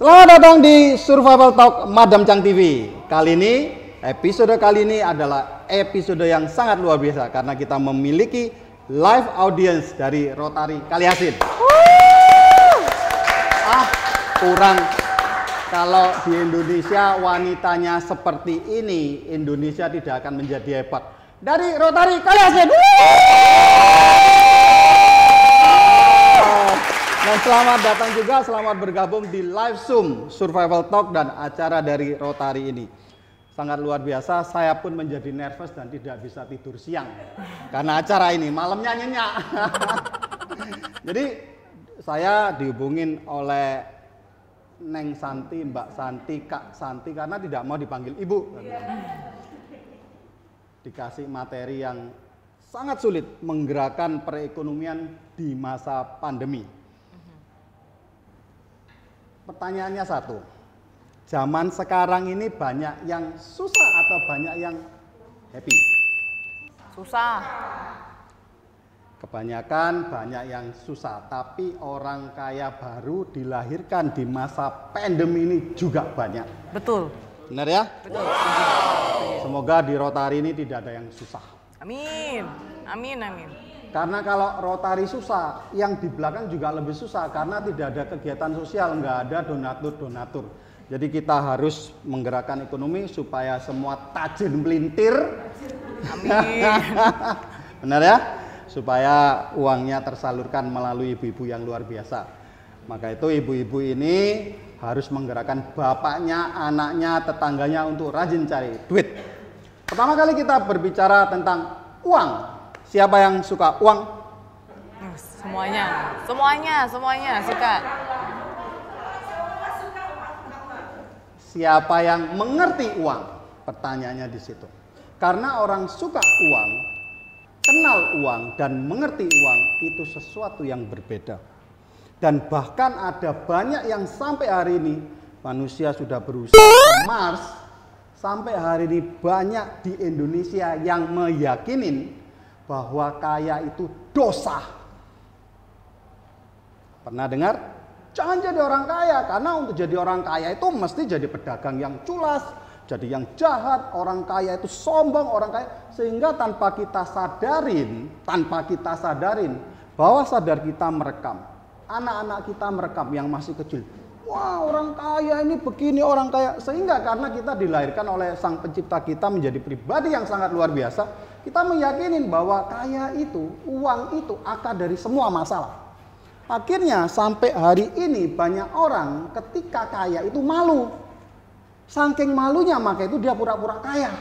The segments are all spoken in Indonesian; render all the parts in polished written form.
Selamat datang di Survival Talk Madam Chang TV. Episode kali ini adalah episode yang sangat luar biasa karena kita memiliki live audience dari Rotary Kaliasin. Kurang kalau di Indonesia wanitanya seperti ini, Indonesia tidak akan menjadi hebat. Dari Rotary Kaliasin. Dan selamat datang juga, selamat bergabung di live Zoom Survival Talk dan acara dari Rotary ini. Sangat luar biasa, saya pun menjadi nervous dan tidak bisa tidur siang karena acara ini, malamnya nyenyak. Jadi saya dihubungin oleh Neng Santi, Mbak Santi, Kak Santi karena tidak mau dipanggil Ibu. Dikasih materi yang sangat sulit menggerakkan perekonomian di masa pandemi. Pertanyaannya satu, zaman sekarang ini banyak yang susah atau banyak yang happy? Susah. Kebanyakan banyak yang susah, tapi orang kaya baru dilahirkan di masa pandemi ini juga banyak. Betul. Benar ya? Betul. Semoga di Rotary ini tidak ada yang susah. Amin. Amin, amin. Karena kalau Rotary susah, yang di belakang juga lebih susah karena tidak ada kegiatan sosial, nggak ada donatur-donatur. Jadi kita harus menggerakkan ekonomi supaya semua tajin melintir. Amin. Benar ya? Supaya uangnya tersalurkan melalui ibu-ibu yang luar biasa. Maka itu ibu-ibu ini harus menggerakkan bapaknya, anaknya, tetangganya untuk rajin cari duit. Pertama kali kita berbicara tentang uang. Siapa yang suka uang? Semuanya suka. Siapa yang mengerti uang? Pertanyaannya di situ. Karena orang suka uang, kenal uang dan mengerti uang itu sesuatu yang berbeda. Dan bahkan ada banyak yang sampai hari ini manusia sudah berusaha ke Mars. Sampai hari ini banyak di Indonesia yang meyakinin bahwa kaya itu dosa. Pernah dengar? Jangan jadi orang kaya, karena untuk jadi orang kaya itu mesti jadi pedagang yang culas, jadi yang jahat, orang kaya itu sombong, orang kaya. Sehingga tanpa kita sadarin bahwa sadar kita merekam, anak-anak kita merekam yang masih kecil. Wah, orang kaya ini begini, orang kaya. Sehingga karena kita dilahirkan oleh Sang Pencipta kita menjadi pribadi yang sangat luar biasa, kita meyakinin bahwa kaya itu, uang itu akar dari semua masalah. Akhirnya sampai hari ini banyak orang ketika kaya itu malu. Saking malunya maka itu dia pura-pura kaya.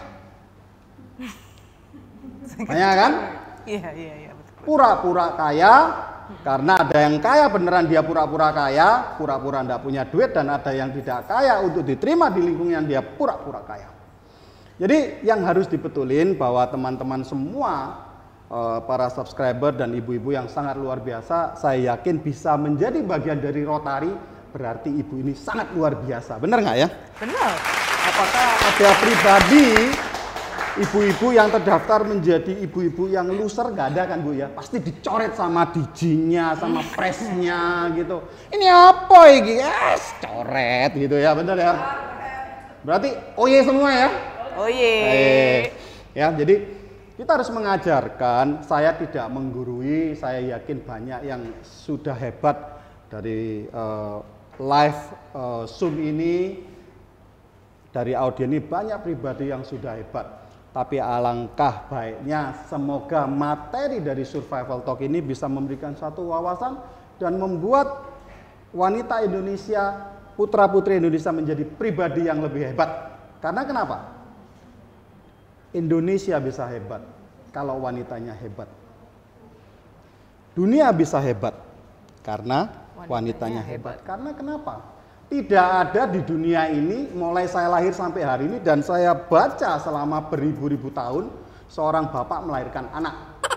Banyak kan? Iya, betul. Pura-pura kaya. Karena ada yang kaya beneran dia pura-pura kaya, pura-pura tidak punya duit, dan ada yang tidak kaya untuk diterima di lingkungan dia pura-pura kaya. Jadi yang harus dibetulin bahwa teman-teman semua para subscriber dan ibu-ibu yang sangat luar biasa, saya yakin bisa menjadi bagian dari Rotary, berarti ibu ini sangat luar biasa. Benar nggak ya? Benar. Apakah ada pribadi ibu-ibu yang terdaftar menjadi ibu-ibu yang loser? Nggak ada kan Bu ya? Pasti dicoret sama dijinya, sama presnya gitu. Ini apa ini? Yes, coret gitu ya, benar ya? Berarti oye semua ya? Oye. Ya, jadi kita harus mengajarkan. Saya tidak menggurui, saya yakin banyak yang sudah hebat dari live Zoom ini. Dari audio ini banyak pribadi yang sudah hebat. Tapi alangkah baiknya semoga materi dari Survival Talk ini bisa memberikan satu wawasan dan membuat wanita Indonesia, putra-putri Indonesia menjadi pribadi yang lebih hebat. Karena kenapa? Indonesia bisa hebat kalau wanitanya hebat. Dunia bisa hebat karena wanitanya hebat. Karena kenapa? Tidak ada di dunia ini, mulai saya lahir sampai hari ini, dan saya baca selama beribu-ribu tahun, seorang bapak melahirkan anak.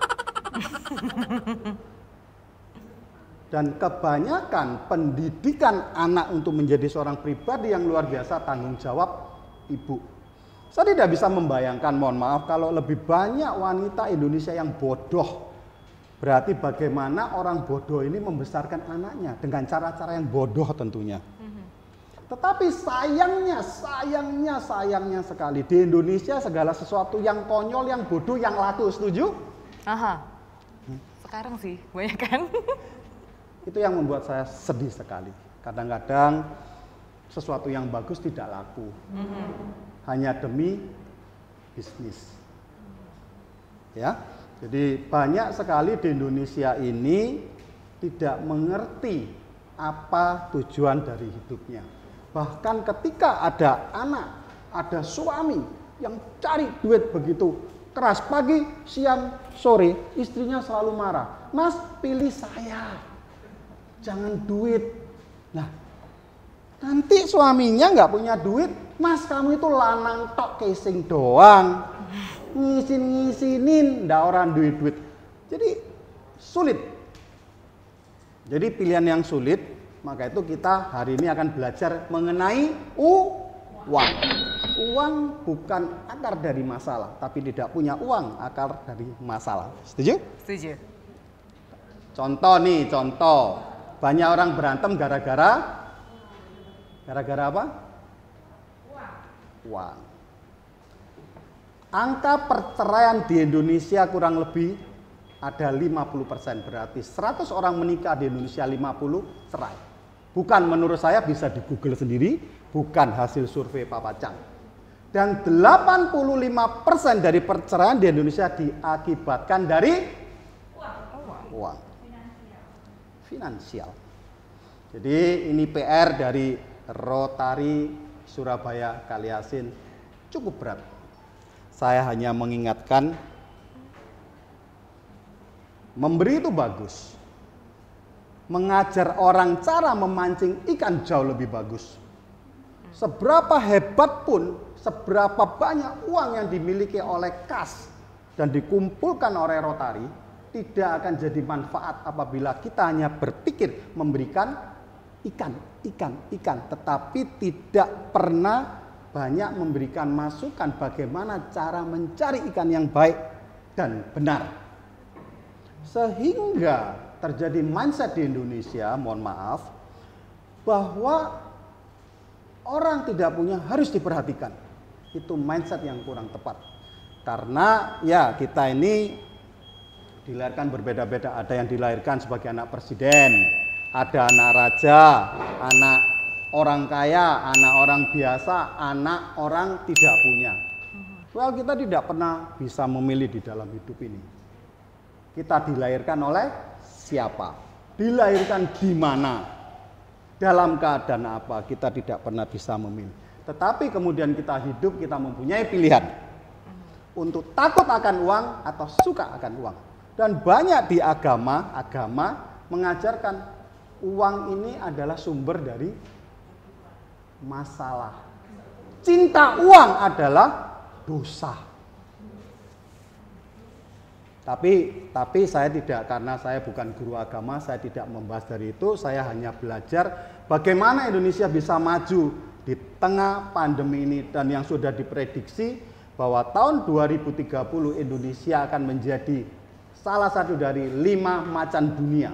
Dan kebanyakan pendidikan anak untuk menjadi seorang pribadi yang luar biasa, tanggung jawab ibu. Saya tidak bisa membayangkan, mohon maaf, kalau lebih banyak wanita Indonesia yang bodoh. Berarti bagaimana orang bodoh ini membesarkan anaknya dengan cara-cara yang bodoh tentunya. Tetapi sayangnya sekali di Indonesia segala sesuatu yang konyol, yang bodoh, yang laku. Setuju? Aha. Sekarang sih banyak kan. Itu yang membuat saya sedih sekali. Kadang-kadang sesuatu yang bagus tidak laku. Hanya demi bisnis. Ya. Jadi banyak sekali di Indonesia ini tidak mengerti apa tujuan dari hidupnya. Bahkan ketika ada anak, ada suami yang cari duit begitu keras pagi, siang, sore, istrinya selalu marah. Mas, pilih saya, jangan duit. Nah, nanti suaminya nggak punya duit, Mas kamu itu lanang tok casing doang, ngisinin, ndak orang duit. Jadi sulit. Jadi pilihan yang sulit. Maka itu kita hari ini akan belajar mengenai uang. Uang bukan akar dari masalah, tapi tidak punya uang akar dari masalah. Setuju? Setuju. Contoh. Banyak orang berantem gara-gara apa? Uang. Angka perceraian di Indonesia kurang lebih ada 50%, berarti 100 orang menikah di Indonesia 50 cerai. Bukan menurut saya, bisa di Google sendiri, bukan hasil survei Papa Chang. Dan 85% dari perceraian di Indonesia diakibatkan dari uang. Finansial. Jadi ini PR dari Rotary Surabaya Kaliasin cukup berat. Saya hanya mengingatkan, memberi itu bagus. Mengajar orang cara memancing ikan jauh lebih bagus. Seberapa hebat pun, seberapa banyak uang yang dimiliki oleh kas dan dikumpulkan oleh Rotary, tidak akan jadi manfaat apabila kita hanya berpikir memberikan ikan, tetapi tidak pernah banyak memberikan masukan bagaimana cara mencari ikan yang baik dan benar. Sehingga terjadi mindset di Indonesia, mohon maaf, bahwa orang tidak punya harus diperhatikan. Itu mindset yang kurang tepat. Karena ya kita ini dilahirkan berbeda-beda. Ada yang dilahirkan sebagai anak presiden, ada anak raja, anak orang kaya, anak orang biasa, anak orang tidak punya. Well, kita tidak pernah bisa memilih di dalam hidup ini. Kita dilahirkan oleh siapa? Dilahirkan di mana? Dalam keadaan apa? Kita tidak pernah bisa memilih. Tetapi kemudian kita hidup, kita mempunyai pilihan untuk takut akan uang atau suka akan uang. Dan banyak di agama mengajarkan uang ini adalah sumber dari masalah. Cinta uang adalah dosa. Tapi saya tidak, karena saya bukan guru agama, saya tidak membahas dari itu. Saya hanya belajar bagaimana Indonesia bisa maju di tengah pandemi ini, dan yang sudah diprediksi bahwa tahun 2030 Indonesia akan menjadi salah satu dari 5 macan dunia.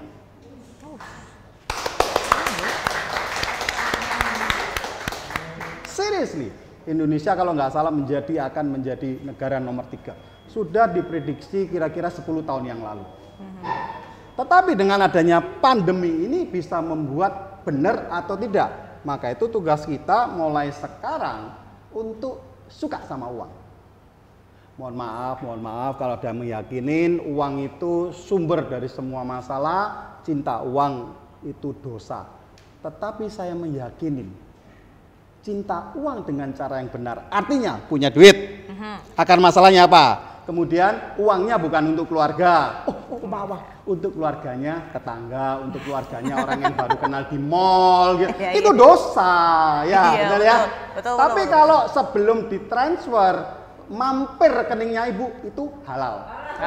Seriously, Indonesia kalau nggak salah akan menjadi negara nomor 3. Sudah diprediksi kira-kira 10 tahun yang lalu. Tetapi dengan adanya pandemi ini bisa membuat benar atau tidak. Maka itu tugas kita mulai sekarang untuk suka sama uang. Mohon maaf kalau ada meyakinin uang itu sumber dari semua masalah, cinta uang itu dosa. Tetapi saya meyakinin cinta uang dengan cara yang benar, artinya punya duit. Akar masalahnya apa? Kemudian uangnya bukan untuk keluarga, untuk keluarganya tetangga, untuk keluarganya orang yang baru kenal di mall, gitu. Itu dosa, ya, betul ya. Tapi kalau sebelum ditransfer mampir rekeningnya ibu itu halal.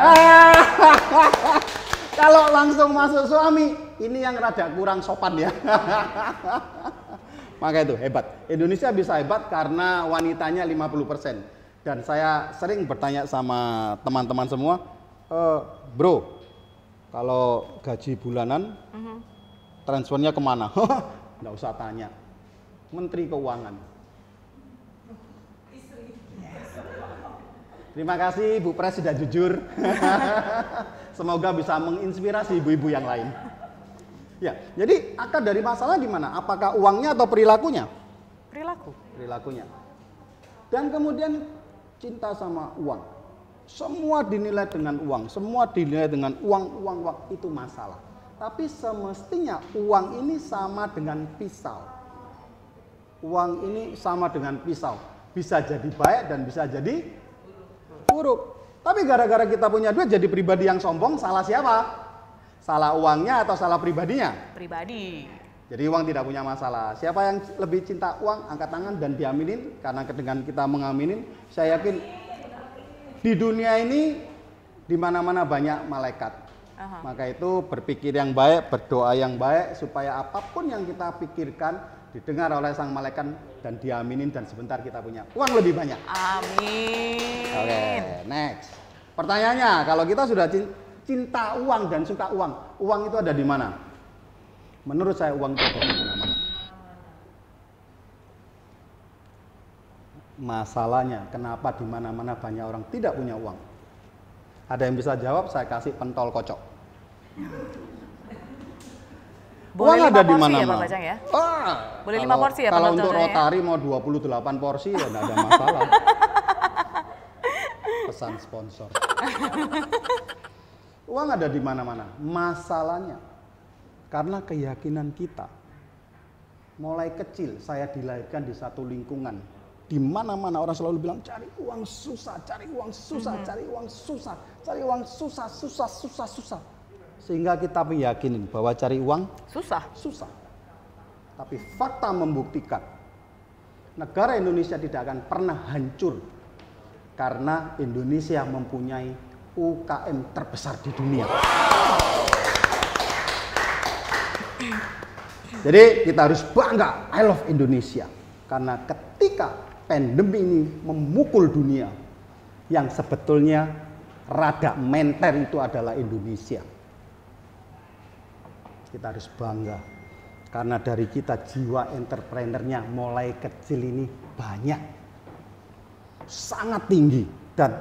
Kalau langsung masuk suami, ini yang rada kurang sopan ya. Maka itu hebat. Indonesia bisa hebat karena wanitanya 50%. Dan saya sering bertanya sama teman-teman semua, bro, kalau gaji bulanan transfernya kemana? Nggak usah tanya. Menteri Keuangan. Terima kasih Bu Pres sudah jujur. Semoga bisa menginspirasi ibu-ibu yang lain. Ya, jadi akar dari masalah di mana? Apakah uangnya atau perilakunya? Perilakunya. Dan kemudian cinta sama uang. Semua dinilai dengan uang, semua dinilai dengan uang itu masalah. Tapi semestinya uang ini sama dengan pisau. Uang ini sama dengan pisau. Bisa jadi baik dan bisa jadi buruk. Tapi gara-gara kita punya duit jadi pribadi yang sombong, salah siapa? Salah uangnya atau salah pribadinya? Pribadi. Jadi uang tidak punya masalah. Siapa yang lebih cinta uang, angkat tangan dan diaminin. Karena dengan kita mengaminin, saya yakin di dunia ini di mana-mana banyak malaikat. Maka itu berpikir yang baik, berdoa yang baik supaya apapun yang kita pikirkan didengar oleh sang malaikat dan diaminin dan sebentar kita punya uang lebih banyak. Amin. Oke, next. Pertanyaannya, kalau kita sudah cinta uang dan suka uang itu ada di mana? Menurut saya uang itu ada di mana-mana. Masalahnya, kenapa di mana-mana banyak orang tidak punya uang? Ada yang bisa jawab? Saya kasih pentol kocok. Boleh uang ada di 5 porsi mana-mana. ya Pak Bajang ya? Boleh 5 porsi ya Kalau untuk penontonnya ya? Rotary mau 28 porsi ya enggak ada masalah. Pesan sponsor. Uang ada di mana-mana. Masalahnya karena keyakinan kita. Mulai kecil saya dilahirkan di satu lingkungan di mana-mana orang selalu bilang cari uang susah, cari uang susah, cari uang susah, cari uang susah, susah. Sehingga kita meyakinin bahwa cari uang susah. Tapi fakta membuktikan negara Indonesia tidak akan pernah hancur karena Indonesia mempunyai UKM terbesar di dunia. Jadi kita harus bangga, I love Indonesia. Karena ketika pandemi ini memukul dunia, yang sebetulnya rada menter itu adalah Indonesia. Kita harus bangga. Karena dari kita jiwa entrepreneurnya mulai kecil ini banyak. Sangat tinggi. Dan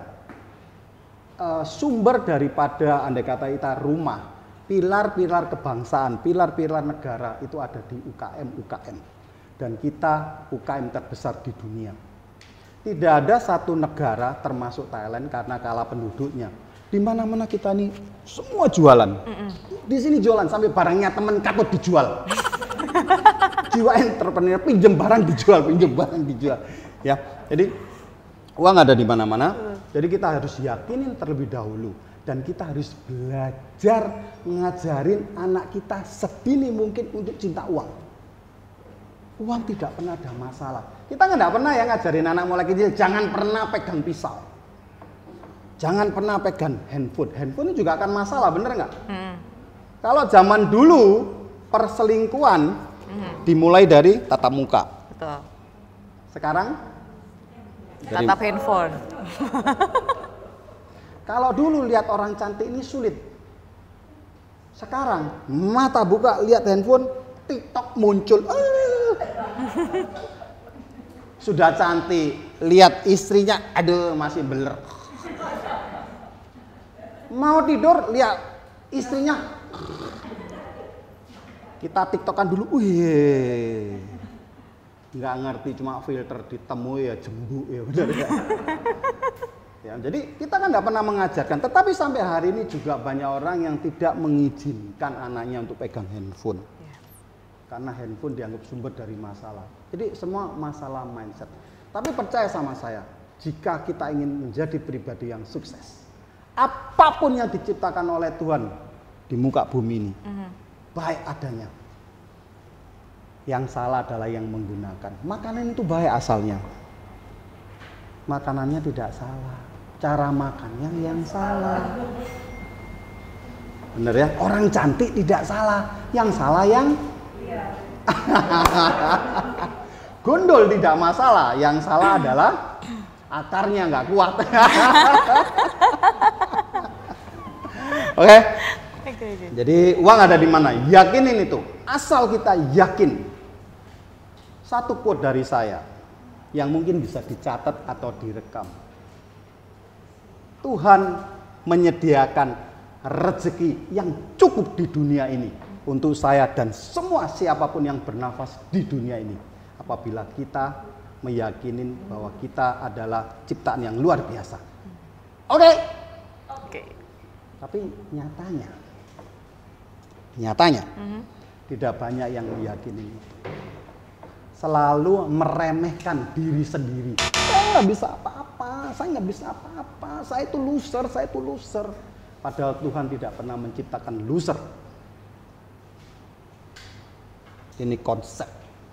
sumber daripada andai kata kita rumah, pilar-pilar kebangsaan, pilar-pilar negara itu ada di UKM. Dan kita UKM terbesar di dunia. Tidak ada satu negara termasuk Thailand karena kalah penduduknya. Di mana-mana kita nih semua jualan. Di sini jualan sampai barangnya teman katut dijual. Jiwa entrepreneur pinjem barang dijual. Ya, jadi uang ada di mana-mana. Jadi kita harus yakinin terlebih dahulu. Dan kita harus belajar ngajarin anak kita sedini mungkin untuk cinta uang. Uang tidak pernah ada masalah. Kita nggak pernah ya ngajarin anak mulai kecil jangan pernah pegang pisau, jangan pernah pegang handphone. Handphone juga akan masalah, bener nggak? Kalau zaman dulu perselingkuhan dimulai dari tatap muka. Betul. Sekarang Tatap handphone. Kalau dulu lihat orang cantik ini sulit. Sekarang mata buka lihat handphone, TikTok muncul. Sudah cantik, lihat istrinya, aduh masih beler. Mau tidur lihat istrinya. Kita TikTokan dulu. Wih. Nggak ngerti cuma filter ditemui ya jembuk ya benar ya. Ya, jadi kita kan nggak pernah mengajarkan, tetapi sampai hari ini juga banyak orang yang tidak mengizinkan anaknya untuk pegang handphone. Karena handphone dianggap sumber dari masalah. Jadi semua masalah mindset. Tapi percaya sama saya, jika kita ingin menjadi pribadi yang sukses, apapun yang diciptakan oleh Tuhan di muka bumi ini, baik adanya. Yang salah adalah yang menggunakan. Makanan itu baik asalnya. Makanannya tidak salah. Cara makannya yang salah. Bener ya? Orang cantik tidak salah. Yang salah yang gondol tidak masalah, yang salah adalah akarnya nggak kuat. Oke. Jadi uang ada di mana? Yakinin itu. Asal kita yakin, Satu quote dari saya yang mungkin bisa dicatat atau direkam. Tuhan menyediakan rezeki yang cukup di dunia ini untuk saya dan semua siapapun yang bernafas di dunia ini. Apabila kita meyakini bahwa kita adalah ciptaan yang luar biasa. Oke. Tapi nyatanya tidak banyak yang meyakini itu. Selalu meremehkan diri sendiri. Saya nggak bisa apa-apa, saya itu loser. Padahal Tuhan tidak pernah menciptakan loser. Ini konsep.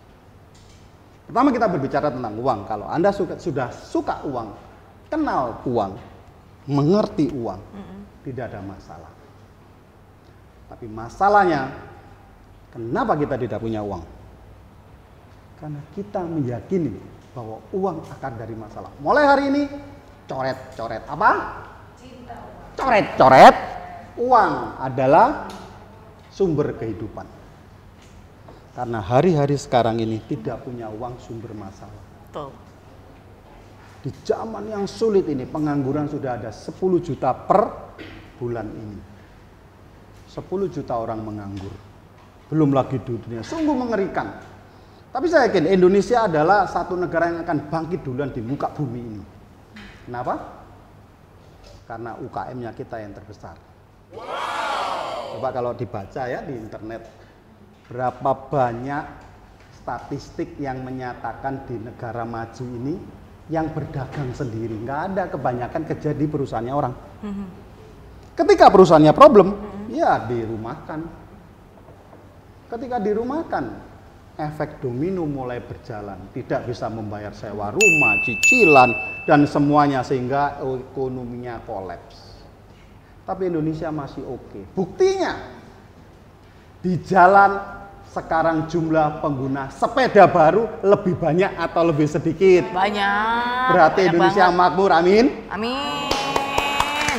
Pertama kita berbicara tentang uang. Kalau Anda sudah suka uang, kenal uang, mengerti uang, tidak ada masalah. Tapi masalahnya, kenapa kita tidak punya uang? Karena kita meyakini bahwa uang akar dari masalah. Mulai hari ini, coret-coret apa? Coret-coret. Uang adalah sumber kehidupan. Karena hari-hari sekarang ini tidak punya uang sumber masalah. Betul. Di zaman yang sulit ini, pengangguran sudah ada 10 juta per bulan ini. 10 juta orang menganggur. Belum lagi di dunia, sungguh mengerikan. Tapi saya yakin Indonesia adalah satu negara yang akan bangkit duluan di muka bumi ini. Kenapa? Karena UKM-nya kita yang terbesar. Coba kalau dibaca ya di internet, berapa banyak statistik yang menyatakan di negara maju ini yang berdagang sendiri. Nggak ada, kebanyakan kerja di perusahaannya orang. Ketika perusahaannya problem, ya dirumahkan. Ketika dirumahkan, efek domino mulai berjalan, tidak bisa membayar sewa rumah, cicilan, dan semuanya sehingga ekonominya kolaps. Tapi Indonesia masih oke. Buktinya, di jalan sekarang jumlah pengguna sepeda baru lebih banyak atau lebih sedikit? Banyak. Berarti banyak Indonesia banget. makmur, amin? Amin.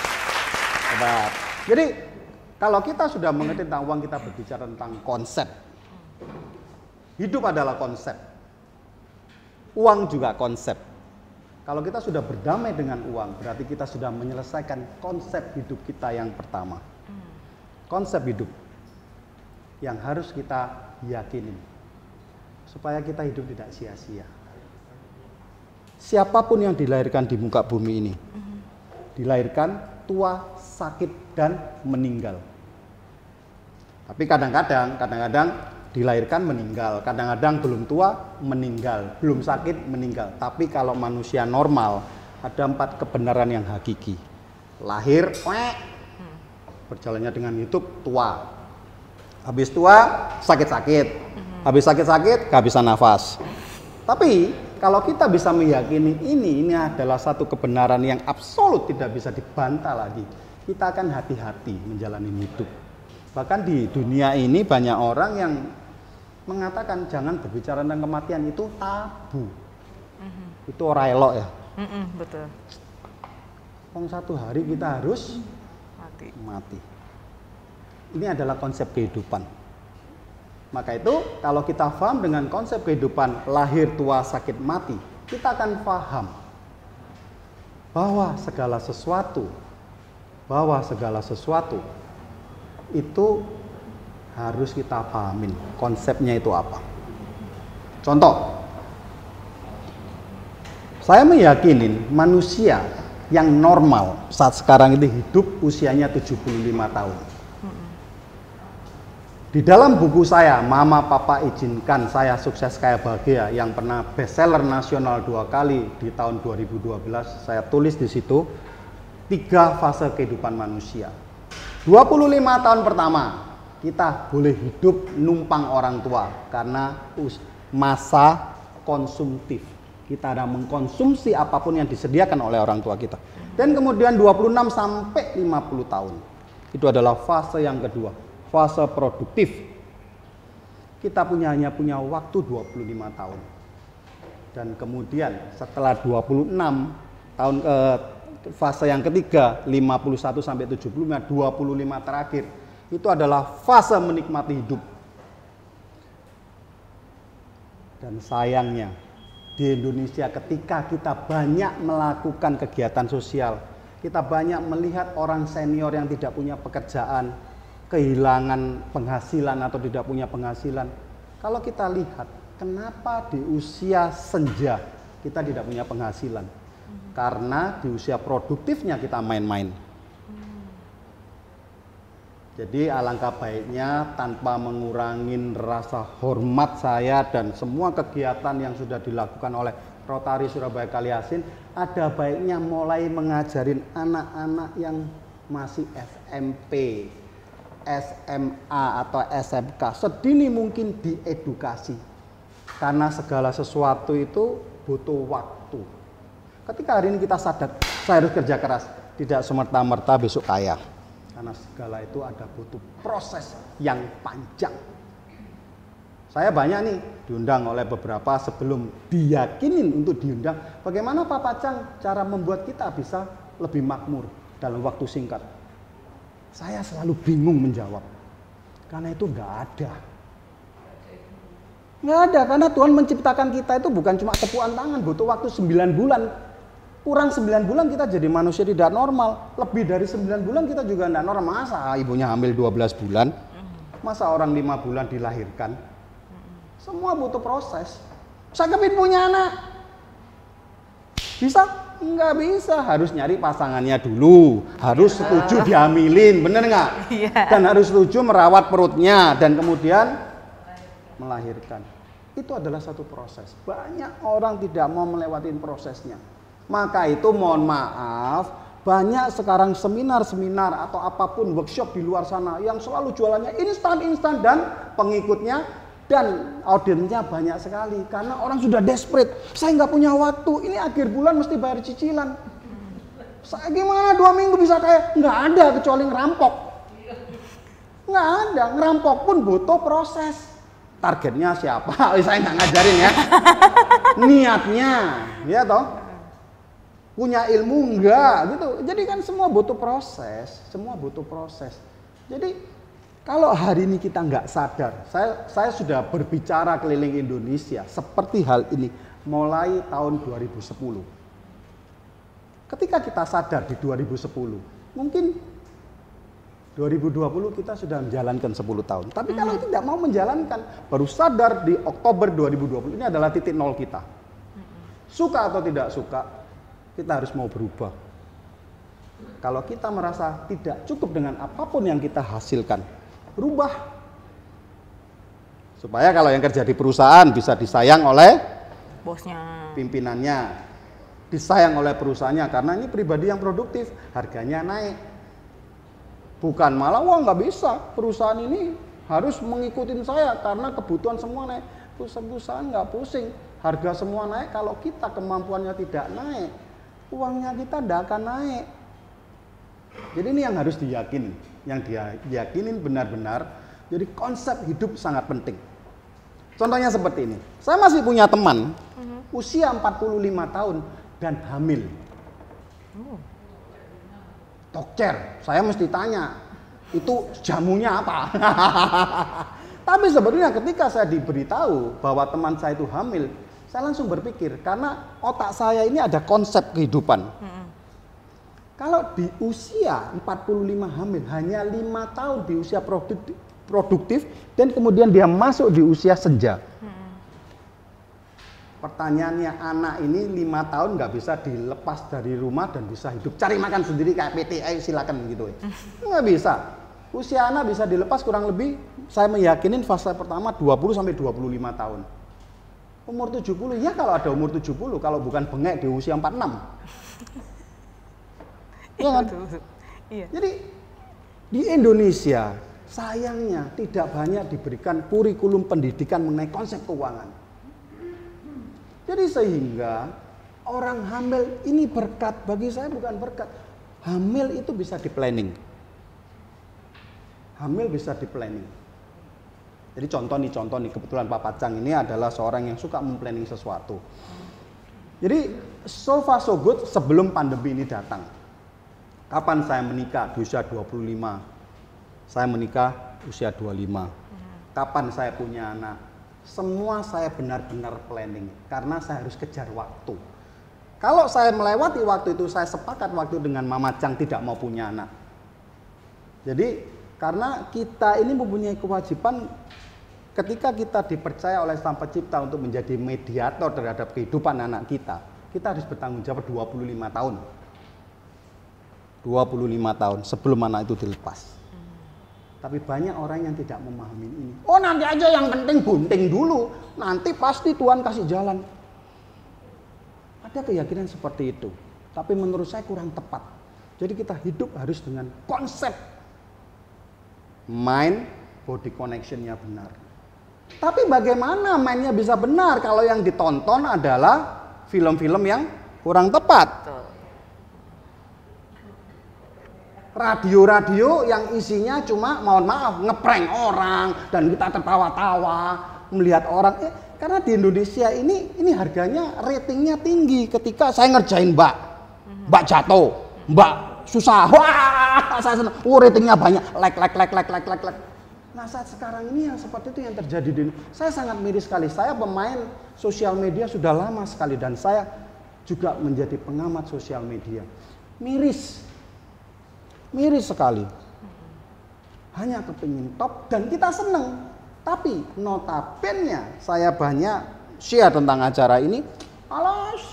Hebat. Jadi, kalau kita sudah mengerti tentang uang, kita berbicara tentang konsep. Hidup adalah konsep. Uang juga konsep. Kalau kita sudah berdamai dengan uang, berarti kita sudah menyelesaikan konsep hidup kita yang pertama. Konsep hidup yang harus kita yakini. Supaya kita hidup tidak sia-sia. Siapapun yang dilahirkan di muka bumi ini, dilahirkan tua, sakit, dan meninggal. Tapi kadang-kadang dilahirkan meninggal, kadang-kadang belum tua meninggal, belum sakit meninggal. Tapi kalau manusia normal ada 4 kebenaran yang hakiki. Lahir, berjalannya dengan hidup, tua. Habis tua, sakit-sakit. Habis sakit-sakit, kehabisan nafas. Tapi kalau kita bisa meyakini ini adalah satu kebenaran yang absolut, tidak bisa dibantah lagi. Kita akan hati-hati menjalani hidup. Bahkan di dunia ini banyak orang yang mengatakan jangan berbicara tentang kematian, itu tabu. Itu orang elok ya. Betul. Satu hari kita harus mati. Ini adalah konsep kehidupan. Maka itu kalau kita paham dengan konsep kehidupan lahir, tua, sakit, mati, kita akan paham bahwa segala sesuatu itu harus kita pahamin konsepnya itu apa. Contoh, saya meyakini manusia yang normal saat sekarang ini hidup usianya 75 tahun. Di dalam buku saya, Mama Papa Izinkan Saya Sukses Kaya Bahagia, yang pernah bestseller nasional 2 kali di tahun 2012, saya tulis di situ 3 fase kehidupan manusia. 25 tahun pertama, kita boleh hidup numpang orang tua karena masa konsumtif. Kita ada mengkonsumsi apapun yang disediakan oleh orang tua kita. Dan kemudian 26 sampai 50 tahun. Itu adalah fase yang kedua, fase produktif. Kita hanya punya waktu 25 tahun. Dan kemudian setelah 26 tahun fase yang ketiga, 51 sampai 75, 25 terakhir, itu adalah fase menikmati hidup. Dan sayangnya di Indonesia ketika kita banyak melakukan kegiatan sosial, kita banyak melihat orang senior yang tidak punya pekerjaan, kehilangan penghasilan atau tidak punya penghasilan. Kalau kita lihat, kenapa di usia senja kita tidak punya penghasilan? Karena di usia produktifnya kita main-main. Jadi alangkah baiknya tanpa mengurangi rasa hormat saya dan semua kegiatan yang sudah dilakukan oleh Rotary Surabaya Kaliasin, ada baiknya mulai mengajarin anak-anak yang masih SMP, SMA atau SMK sedini mungkin diedukasi. Karena segala sesuatu itu butuh waktu. Ketika hari ini kita sadar, saya harus kerja keras, tidak semerta-merta besok kaya. Karena segala itu ada butuh proses yang panjang. Saya banyak nih diundang oleh beberapa sebelum diyakinin untuk diundang. Bagaimana Pak Pacang cara membuat kita bisa lebih makmur dalam waktu singkat? Saya selalu bingung menjawab. Karena itu nggak ada. Nggak ada, karena Tuhan menciptakan kita itu bukan cuma tepuan tangan, butuh waktu 9 bulan. Kurang 9 bulan kita jadi manusia tidak normal. Lebih dari 9 bulan kita juga tidak normal. Masa ibunya hamil 12 bulan? Masa orang 5 bulan dilahirkan? Semua butuh proses. Saya kepin punya anak. Bisa? Enggak bisa. Harus nyari pasangannya dulu. Harus setuju dihamilin. Bener nggak? Dan harus setuju merawat perutnya. Dan kemudian melahirkan. Itu adalah satu proses. Banyak orang tidak mau melewati prosesnya. Maka itu mohon maaf, banyak sekarang seminar-seminar atau apapun workshop di luar sana yang selalu jualannya instan-instan dan pengikutnya dan audiensnya banyak sekali. Karena orang sudah desperate, saya nggak punya waktu, ini akhir bulan mesti bayar cicilan. Saya gimana 2 minggu bisa kaya? Nggak ada kecuali ngerampok. Nggak ada, ngerampok pun butuh proses. Targetnya siapa? Saya nggak ngajarin ya. Niatnya, ya toh. Punya ilmu enggak gitu. Jadi kan semua butuh proses, semua butuh proses. Jadi kalau hari ini kita nggak sadar, saya sudah berbicara keliling Indonesia seperti hal ini mulai tahun 2010. Ketika kita sadar di 2010, mungkin 2020 kita sudah menjalankan 10 tahun. Tapi kalau tidak mau menjalankan, baru sadar di Oktober 2020 ini adalah titik nol kita. Suka atau tidak suka, kita harus mau berubah. Kalau kita merasa tidak cukup dengan apapun yang kita hasilkan, berubah. Supaya kalau yang kerja di perusahaan bisa disayang oleh bosnya, pimpinannya, disayang oleh perusahaannya karena ini pribadi yang produktif, harganya naik. Bukan malah wah nggak bisa, perusahaan ini harus mengikuti saya karena kebutuhan semua naik. Perusahaan nggak pusing, harga semua naik kalau kita kemampuannya tidak naik. Uangnya kita tidak akan naik. Jadi ini yang harus diyakini, yang diyakinin benar-benar. Jadi konsep hidup sangat penting. Contohnya seperti ini. Saya masih punya teman usia 45 tahun dan hamil. Dokter, saya mesti tanya, itu jamunya apa? Tapi sebetulnya ketika saya diberitahu bahwa teman saya itu hamil, saya langsung berpikir, karena otak saya ini ada konsep kehidupan. Kalau di usia 45 hamil, hanya 5 tahun di usia produktif, dan kemudian dia masuk di usia senja. Pertanyaannya, anak ini 5 tahun nggak bisa dilepas dari rumah dan bisa hidup, cari makan sendiri kayak PT, ayo silakan gitu. Nggak bisa. Usia anak bisa dilepas kurang lebih, saya meyakinin fase pertama 20-25 tahun. Umur 70, ya kalau ada umur 70, kalau bukan bengek di usia 46. Ya kan? Iya. Jadi di Indonesia sayangnya tidak banyak diberikan kurikulum pendidikan mengenai konsep keuangan. Jadi sehingga orang hamil ini berkat, bagi saya bukan berkat. Hamil itu bisa di planning. Hamil bisa di planning. Jadi contoh nih, kebetulan Pak Pacang ini adalah seorang yang suka memplanning sesuatu. Jadi so far so good sebelum pandemi ini datang. Kapan saya menikah? Di usia 25. Saya menikah usia 25. Kapan saya punya anak? semua saya benar-benar planning karena saya harus kejar waktu. Kalau saya melewati waktu itu, saya sepakat waktu dengan Mama Chang tidak mau punya anak. Jadi karena kita ini mempunyai kewajiban ketika kita dipercaya oleh Sang Pencipta untuk menjadi mediator terhadap kehidupan anak kita harus bertanggung jawab 25 tahun. 25 tahun sebelum anak itu dilepas. Tapi banyak orang yang tidak memahami ini. Oh, nanti aja, yang penting bunting dulu. Nanti pasti Tuhan kasih jalan. Ada keyakinan seperti itu. Tapi menurut saya kurang tepat. Jadi kita hidup harus dengan konsep mind body connection-nya benar. Tapi bagaimana mindnya bisa benar kalau yang ditonton adalah film-film yang kurang tepat? Radio-radio yang isinya cuma, mohon maaf, ngeprank orang dan kita tertawa-tawa melihat orang. Karena di Indonesia ini harganya, ratingnya tinggi. Ketika saya ngerjain Mbak jatuh, Mbak susah, wah saya senang, ratingnya banyak, like. Nah, saat sekarang ini yang seperti itu yang terjadi di Indonesia. Saya sangat miris sekali. Saya pemain sosial media sudah lama sekali dan saya juga menjadi pengamat sosial media. Miris sekali. Hanya kepingin top dan kita seneng. Tapi notabene saya banyak share tentang acara ini. Alas.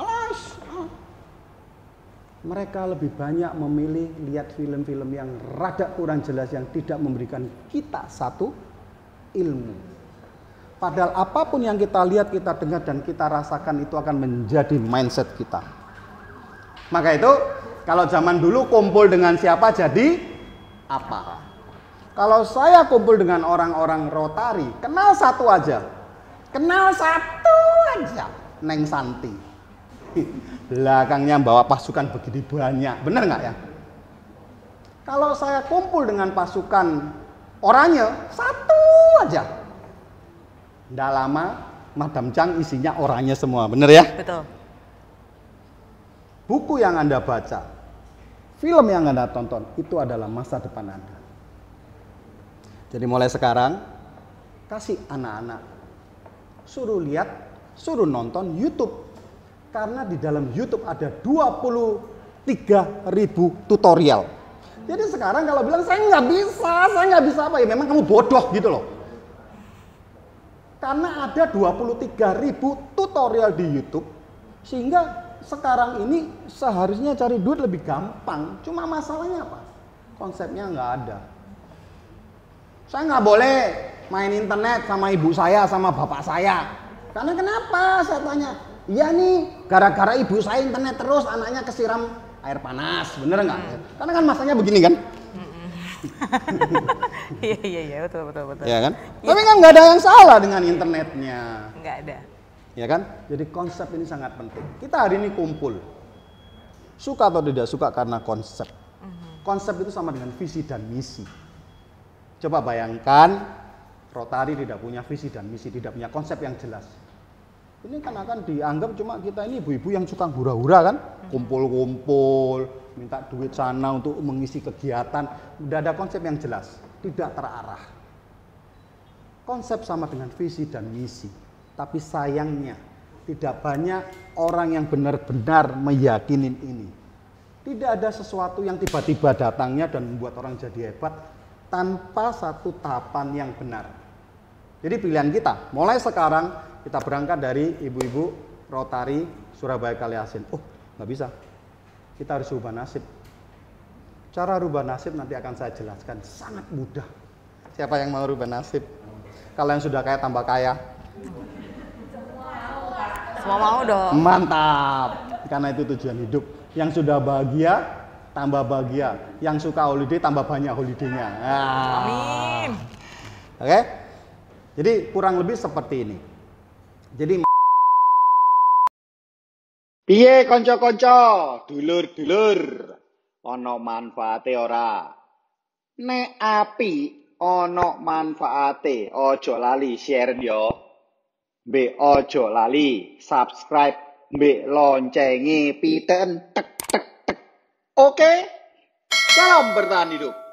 Mereka lebih banyak memilih lihat film-film yang rada kurang jelas yang tidak memberikan kita satu ilmu. Padahal apapun yang kita lihat, kita dengar dan kita rasakan itu akan menjadi mindset kita. Maka itu kalau zaman dulu kumpul dengan siapa jadi apa? Kalau saya kumpul dengan orang-orang Rotary, kenal satu aja. Neng Santi. Belakangnya bawa pasukan begini banyak. Bener nggak ya? Kalau saya kumpul dengan pasukan oranye, satu aja. Nggak lama, Madam Chang isinya oranye semua. Bener ya? Betul. Buku yang Anda baca, film yang Anda tonton, itu adalah masa depan Anda. Jadi mulai sekarang, kasih anak-anak, suruh lihat, suruh nonton YouTube. Karena di dalam YouTube ada 23.000 tutorial. Jadi sekarang kalau bilang saya nggak bisa apa ya, memang kamu bodoh gitu loh. Karena ada 23.000 tutorial di YouTube, sehingga sekarang ini seharusnya cari duit lebih gampang. Cuma masalahnya apa? Konsepnya nggak ada. Saya nggak boleh main internet sama ibu saya, sama bapak saya. Karena kenapa? Saya tanya. Iya nih, gara-gara ibu saya internet terus, anaknya kesiram air panas. Bener nggak? Karena kan masanya begini kan? Iya, betul. Ya kan? Ya. Tapi kan nggak ada yang salah dengan internetnya. Nggak ada. Ya kan? Jadi konsep ini sangat penting. Kita hari ini kumpul. Suka atau tidak suka karena konsep. Konsep itu sama dengan visi dan misi. Coba bayangkan, Rotary tidak punya visi dan misi, tidak punya konsep yang jelas. Ini kan akan dianggap cuma kita ini ibu-ibu yang suka hura-hura kan? Kumpul-kumpul, minta duit sana untuk mengisi kegiatan. Udah ada konsep yang jelas, tidak terarah. Konsep sama dengan visi dan misi. Tapi sayangnya, tidak banyak orang yang benar-benar meyakinin ini. Tidak ada sesuatu yang tiba-tiba datangnya dan membuat orang jadi hebat tanpa satu tahapan yang benar. Jadi pilihan kita, mulai sekarang kita berangkat dari ibu-ibu Rotary Surabaya Kaliasin. Oh, nggak bisa. Kita harus rubah nasib. Cara rubah nasib nanti akan saya jelaskan. Sangat mudah. Siapa yang mau rubah nasib? Kalau yang sudah kaya tambah kaya. Semua mau dong. Mantap. Karena itu tujuan hidup. Yang sudah bahagia, tambah bahagia. Yang suka holiday, tambah banyak holidaynya. Amin. Oke? Jadi kurang lebih seperti ini. Jadi piye kanca-kanca, dulur-dulur, ana manfaate ora? Nek apik ana manfaate, aja lali share yo. Mbek aja lali subscribe, mbek loncenge piten tek. Oke? Salam bertahan hidup.